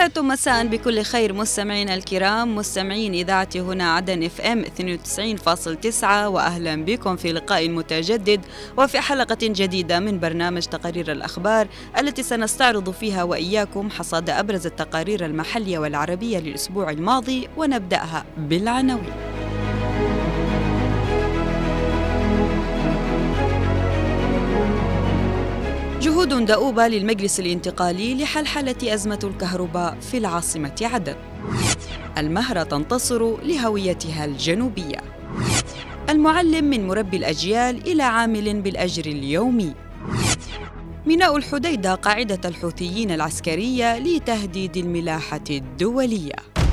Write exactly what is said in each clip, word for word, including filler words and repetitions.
أسعدتم مساء بكل خير مستمعينا الكرام، مستمعين إذاعة هنا عدن اف ام اثنين وتسعين فاصلة تسعة، وأهلا بكم في لقاء متجدد وفي حلقة جديدة من برنامج تقارير الأخبار التي سنستعرض فيها وإياكم حصاد أبرز التقارير المحلية والعربية للأسبوع الماضي، ونبدأها بالعناوين. جهود دؤوبة للمجلس الانتقالي لحلحلة أزمة الكهرباء في العاصمة عدن. المهرة تنتصر لهويتها الجنوبية. المعلم من مربي الأجيال إلى عامل بالأجر اليومي. ميناء الحديدة قاعدة الحوثيين العسكرية لتهديد الملاحة الدولية.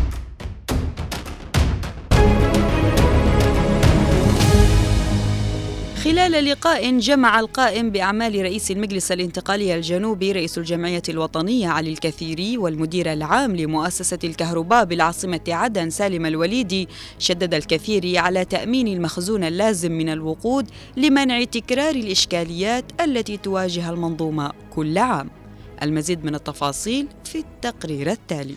خلال لقاء جمع القائم بأعمال رئيس المجلس الانتقالي الجنوبي رئيس الجمعية الوطنية علي الكثيري والمدير العام لمؤسسة الكهرباء بالعاصمة عدن سالم الوليدي، شدد الكثيري على تأمين المخزون اللازم من الوقود لمنع تكرار الإشكاليات التي تواجه المنظومة كل عام. المزيد من التفاصيل في التقرير التالي.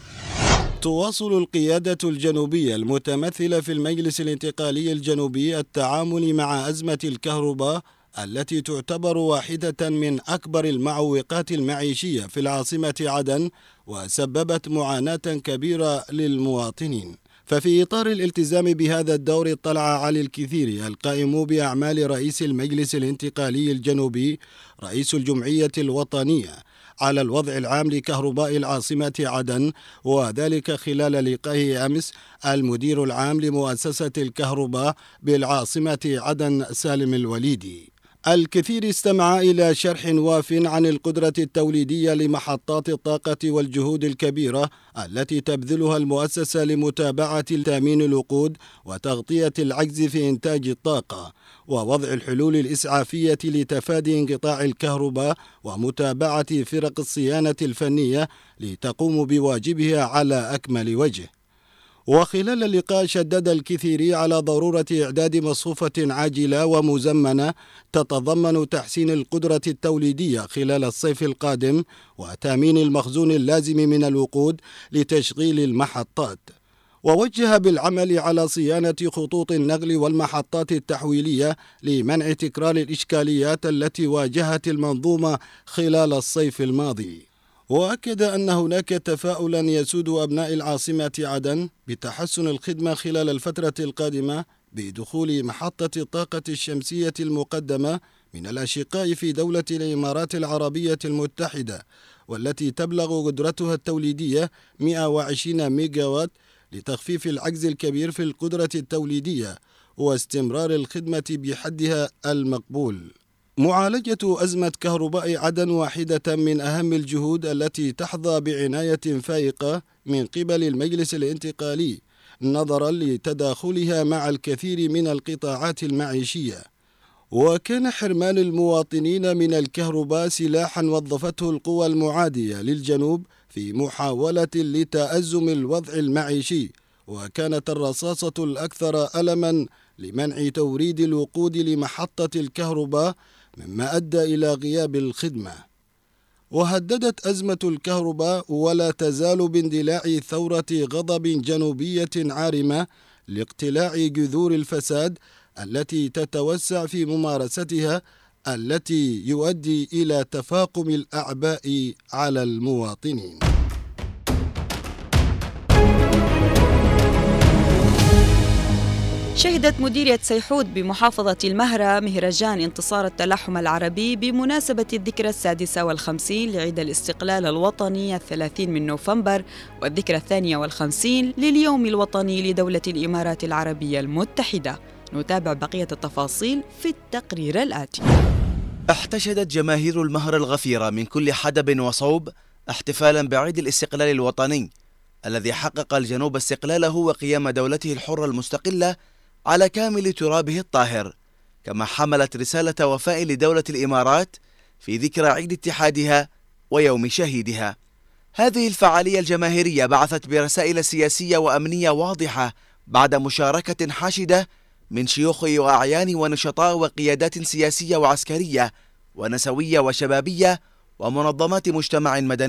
تواصل القيادة الجنوبية المتمثلة في المجلس الانتقالي الجنوبي التعامل مع أزمة الكهرباء التي تعتبر واحدة من أكبر المعوقات المعيشية في العاصمة عدن، وسببت معاناة كبيرة للمواطنين. ففي إطار الالتزام بهذا الدور، اطلع علي الكثيري القائم بأعمال رئيس المجلس الانتقالي الجنوبي رئيس الجمعية الوطنية على الوضع العام لكهرباء العاصمة عدن، وذلك خلال لقائه أمس المدير العام لمؤسسة الكهرباء بالعاصمة عدن سالم الوليدي. الكثير استمع إلى شرح واف عن القدرة التوليدية لمحطات الطاقة والجهود الكبيرة التي تبذلها المؤسسة لمتابعة تأمين الوقود وتغطية العجز في إنتاج الطاقة، ووضع الحلول الإسعافية لتفادي انقطاع الكهرباء ومتابعة فرق الصيانة الفنية لتقوم بواجبها على أكمل وجه. وخلال اللقاء شدد الكثيري على ضرورة إعداد مصفوفة عاجلة ومزمنة تتضمن تحسين القدرة التوليدية خلال الصيف القادم وتأمين المخزون اللازم من الوقود لتشغيل المحطات. ووجه بالعمل على صيانة خطوط النقل والمحطات التحويلية لمنع تكرار الإشكاليات التي واجهت المنظومة خلال الصيف الماضي. وأكد أن هناك تفاؤلا يسود أبناء العاصمة عدن بتحسن الخدمة خلال الفترة القادمة بدخول محطة الطاقة الشمسية المقدمة من الأشقاء في دولة الإمارات العربية المتحدة، والتي تبلغ قدرتها التوليدية مئة وعشرين ميجاوات لتخفيف العجز الكبير في القدرة التوليدية واستمرار الخدمة بحدها المقبول. معالجة أزمة كهرباء عدن واحدة من أهم الجهود التي تحظى بعناية فائقة من قبل المجلس الانتقالي نظرا لتداخلها مع الكثير من القطاعات المعيشية. وكان حرمان المواطنين من الكهرباء سلاحا وظفته القوى المعادية للجنوب في محاولة لتأزم الوضع المعيشي، وكانت الرصاصة الأكثر ألما لمنع توريد الوقود لمحطة الكهرباء، مما أدى إلى غياب الخدمة. وهددت أزمة الكهرباء ولا تزال باندلاع ثورة غضب جنوبية عارمة لاقتلاع جذور الفساد التي تتوسع في ممارستها، التي يؤدي إلى تفاقم الأعباء على المواطنين. شهدت مديرية سيحود بمحافظة المهرة مهرجان انتصار التلاحم العربي بمناسبة الذكرى السادسة والخمسين لعيد الاستقلال الوطني الثلاثين من نوفمبر، والذكرى الثانية والخمسين لليوم الوطني لدولة الإمارات العربية المتحدة. نتابع بقية التفاصيل في التقرير الآتي. احتشدت جماهير المهرة الغفيرة من كل حدب وصوب احتفالا بعيد الاستقلال الوطني الذي حقق الجنوب استقلاله وقيام دولته الحرة المستقلة على كامل ترابه الطاهر، كما حملت رسالة وفاء لدولة الإمارات في ذكرى عيد اتحادها ويوم شهيدها. هذه الفعالية الجماهيرية بعثت برسائل سياسية وأمنية واضحة بعد مشاركة حاشدة من شيوخ وأعيان ونشطاء وقيادات سياسية وعسكرية ونسوية وشبابية ومنظمات مجتمع مدني.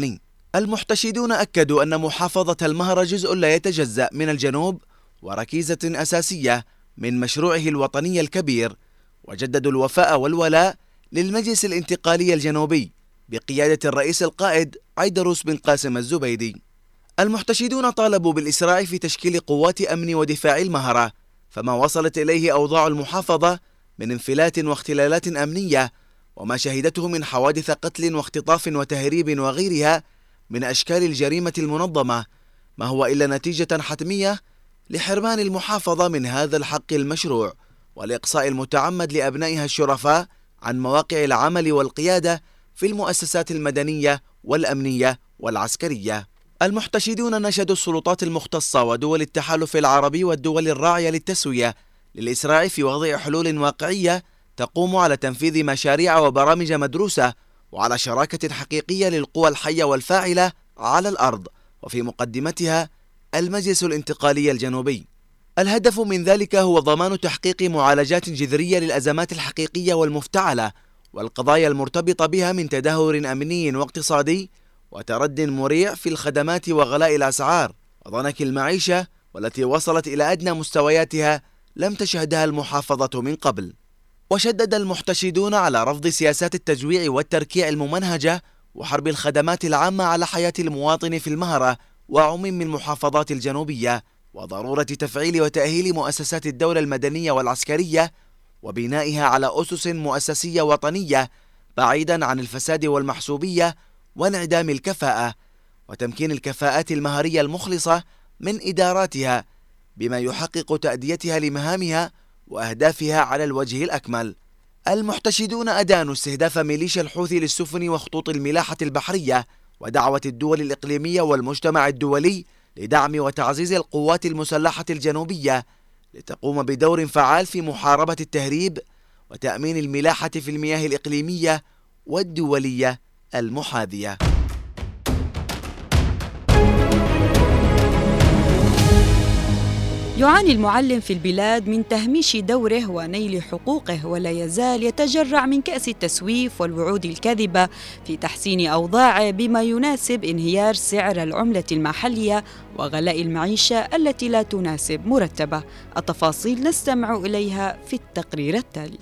المحتشدون أكدوا أن محافظة المهرة جزء لا يتجزأ من الجنوب وركيزة أساسية من مشروعه الوطني الكبير، وجددوا الوفاء والولاء للمجلس الانتقالي الجنوبي بقيادة الرئيس القائد عيدروس بن قاسم الزبيدي. المحتشدون طالبوا بالإسراع في تشكيل قوات أمن ودفاع المهرة، فما وصلت إليه أوضاع المحافظة من انفلات واختلالات أمنية وما شهدته من حوادث قتل واختطاف وتهريب وغيرها من أشكال الجريمة المنظمة ما هو إلا نتيجة حتمية لحرمان المحافظة من هذا الحق المشروع والإقصاء المتعمد لأبنائها الشرفاء عن مواقع العمل والقيادة في المؤسسات المدنية والأمنية والعسكرية. المحتشدون نشدوا السلطات المختصة ودول التحالف العربي والدول الراعية للتسوية للإسراع في وضع حلول واقعية تقوم على تنفيذ مشاريع وبرامج مدروسة وعلى شراكة حقيقية للقوى الحية والفاعلة على الأرض، وفي مقدمتها المجلس الانتقالي الجنوبي. الهدف من ذلك هو ضمان تحقيق معالجات جذرية للأزمات الحقيقية والمفتعلة والقضايا المرتبطة بها من تدهور أمني واقتصادي وترد مريع في الخدمات وغلاء الأسعار وضنك المعيشة، والتي وصلت إلى أدنى مستوياتها لم تشهدها المحافظة من قبل. وشدد المحتشدون على رفض سياسات التجويع والتركيع الممنهجة وحرب الخدمات العامة على حياة المواطن في المهرة وعموم المحافظات الجنوبية، وضرورة تفعيل وتأهيل مؤسسات الدولة المدنية والعسكرية وبنائها على أسس مؤسسية وطنية بعيدا عن الفساد والمحسوبية وانعدام الكفاءة، وتمكين الكفاءات المهرية المخلصة من إداراتها بما يحقق تأديتها لمهامها وأهدافها على الوجه الأكمل. المحتشدون أدانوا استهداف ميليشيا الحوثي للسفن وخطوط الملاحة البحرية ودعوة الدول الإقليمية والمجتمع الدولي لدعم وتعزيز القوات المسلحة الجنوبية لتقوم بدور فعال في محاربة التهريب وتأمين الملاحة في المياه الإقليمية والدولية المحاذية. يعاني المعلم في البلاد من تهميش دوره ونيل حقوقه، ولا يزال يتجرع من كأس التسويف والوعود الكاذبة في تحسين أوضاعه بما يناسب انهيار سعر العملة المحلية وغلاء المعيشة التي لا تناسب مرتبة. التفاصيل نستمع إليها في التقرير التالي.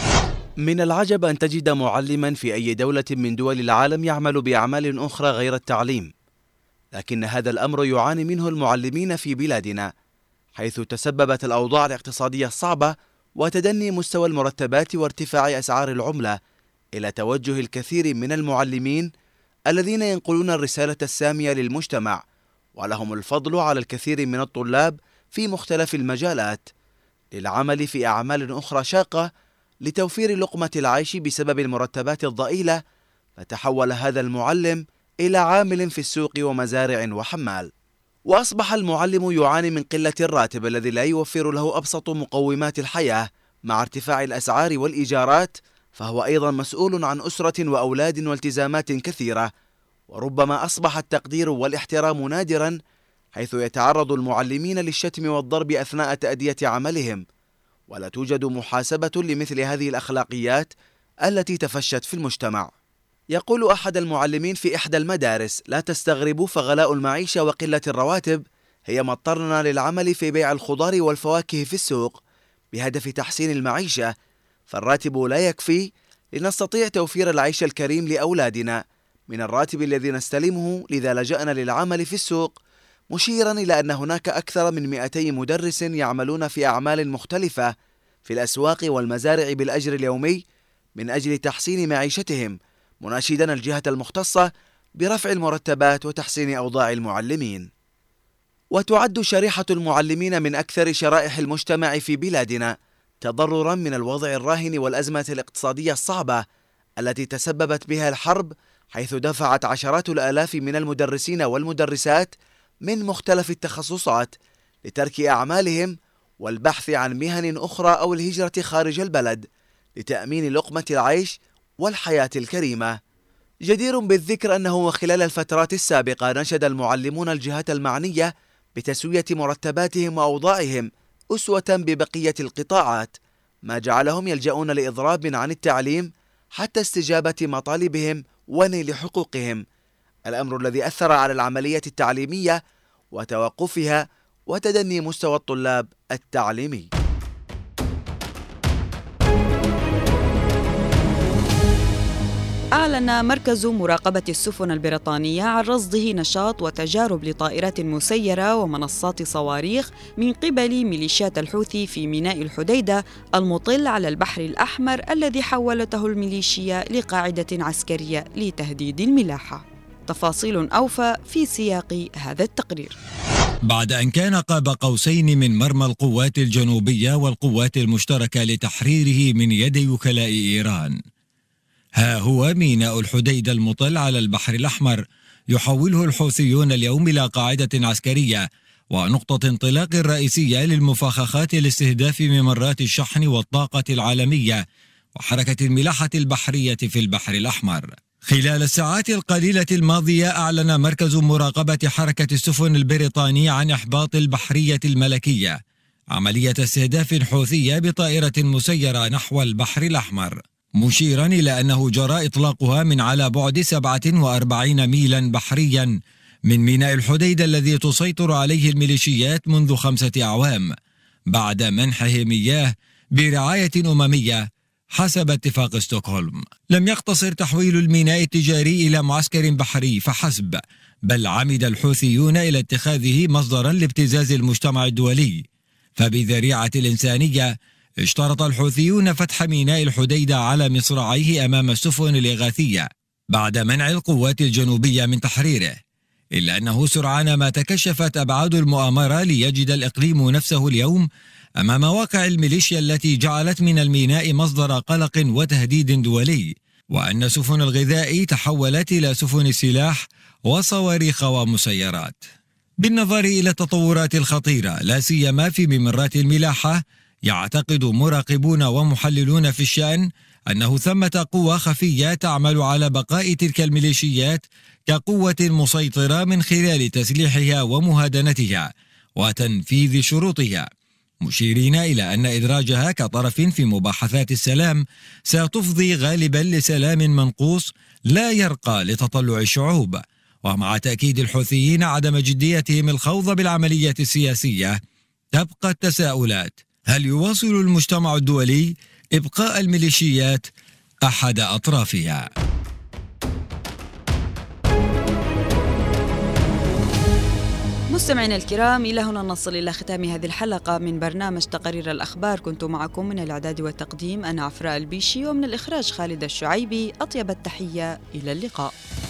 من العجب أن تجد معلما في أي دولة من دول العالم يعمل بأعمال أخرى غير التعليم، لكن هذا الأمر يعاني منه المعلمين في بلادنا، حيث تسببت الأوضاع الاقتصادية الصعبة وتدني مستوى المرتبات وارتفاع أسعار العملة إلى توجه الكثير من المعلمين الذين ينقلون الرسالة السامية للمجتمع، ولهم الفضل على الكثير من الطلاب في مختلف المجالات للعمل في أعمال أخرى شاقة لتوفير لقمة العيش بسبب المرتبات الضئيلة، فتحول هذا المعلم إلى عامل في السوق ومزارع وحمال. وأصبح المعلم يعاني من قلة الراتب الذي لا يوفر له أبسط مقومات الحياة مع ارتفاع الأسعار والإيجارات، فهو أيضا مسؤول عن أسرة وأولاد والتزامات كثيرة، وربما أصبح التقدير والاحترام نادرا، حيث يتعرض المعلمين للشتم والضرب أثناء تأدية عملهم، ولا توجد محاسبة لمثل هذه الأخلاقيات التي تفشت في المجتمع. يقول أحد المعلمين في إحدى المدارس: لا تستغربوا، فغلاء المعيشة وقلة الرواتب هي ما اضطرنا للعمل في بيع الخضار والفواكه في السوق بهدف تحسين المعيشة، فالراتب لا يكفي لنستطيع توفير العيش الكريم لأولادنا من الراتب الذي نستلمه، لذا لجأنا للعمل في السوق، مشيرا إلى أن هناك أكثر من مئتي مدرس يعملون في أعمال مختلفة في الأسواق والمزارع بالأجر اليومي من أجل تحسين معيشتهم، مناشدا الجهة المختصة برفع المرتبات وتحسين أوضاع المعلمين. وتعد شريحة المعلمين من أكثر شرائح المجتمع في بلادنا تضررا من الوضع الراهن والأزمة الاقتصادية الصعبة التي تسببت بها الحرب، حيث دفعت عشرات الآلاف من المدرسين والمدرسات من مختلف التخصصات لترك أعمالهم والبحث عن مهن أخرى أو الهجرة خارج البلد لتأمين لقمة العيش والحياة الكريمة. جدير بالذكر أنه وخلال الفترات السابقة نشد المعلمون الجهات المعنية بتسوية مرتباتهم وأوضاعهم أسوة ببقية القطاعات، ما جعلهم يلجؤون لإضراب عن التعليم حتى استجابة مطالبهم ونيل حقوقهم، الأمر الذي أثر على العملية التعليمية وتوقفها وتدني مستوى الطلاب التعليمي. أعلن مركز مراقبة السفن البريطانية عن رصده نشاط وتجارب لطائرات مسيرة ومنصات صواريخ من قبل ميليشيات الحوثي في ميناء الحديدة المطل على البحر الأحمر الذي حولته الميليشيا لقاعدة عسكرية لتهديد الملاحة. تفاصيل أوفى في سياق هذا التقرير. بعد أن كان قاب قوسين من مرمى القوات الجنوبية والقوات المشتركة لتحريره من يد وكلاء إيران، ها هو ميناء الحديدة المطل على البحر الأحمر يحوله الحوثيون اليوم إلى قاعدة عسكرية ونقطة انطلاق رئيسية للمفاخخات لاستهداف ممرات الشحن والطاقة العالمية وحركة الملاحة البحرية في البحر الأحمر. خلال الساعات القليلة الماضية أعلن مركز مراقبة حركة السفن البريطاني عن إحباط البحرية الملكية عملية استهداف حوثية بطائرة مسيرة نحو البحر الأحمر، مشيرا إلى أنه جرى إطلاقها من على بعد سبعة وأربعين ميلا بحريا من ميناء الحديدة الذي تسيطر عليه الميليشيات منذ خمسة أعوام بعد منحه مياه برعاية أممية حسب اتفاق ستوكهولم. لم يقتصر تحويل الميناء التجاري إلى معسكر بحري فحسب، بل عمد الحوثيون إلى اتخاذه مصدرا لابتزاز المجتمع الدولي. فبذريعة الإنسانية اشترط الحوثيون فتح ميناء الحديدة على مصراعيه أمام السفن الإغاثية بعد منع القوات الجنوبية من تحريره، إلا أنه سرعان ما تكشفت أبعاد المؤامرة ليجد الإقليم نفسه اليوم أمام واقع الميليشيا التي جعلت من الميناء مصدر قلق وتهديد دولي، وأن سفن الغذاء تحولت إلى سفن سلاح وصواريخ ومسيرات. بالنظر إلى التطورات الخطيرة لا سيما في ممرات الملاحة، يعتقد مراقبون ومحللون في الشأن أنه ثمة قوى خفية تعمل على بقاء تلك الميليشيات كقوة مسيطرة من خلال تسليحها ومهادنتها وتنفيذ شروطها، مشيرين إلى أن إدراجها كطرف في مباحثات السلام ستفضي غالبا لسلام منقوص لا يرقى لتطلع الشعوب. ومع تأكيد الحوثيين عدم جديتهم الخوض بالعملية السياسية، تبقى التساؤلات: هل يواصل المجتمع الدولي إبقاء الميليشيات أحد أطرافها؟ مستمعينا الكرام، إلى هنا نصل إلى ختام هذه الحلقة من برنامج تقارير الأخبار. كنت معكم من الإعداد والتقديم أنا عفراء البيشي، ومن الإخراج خالد الشعيبي. أطيب التحية، إلى اللقاء.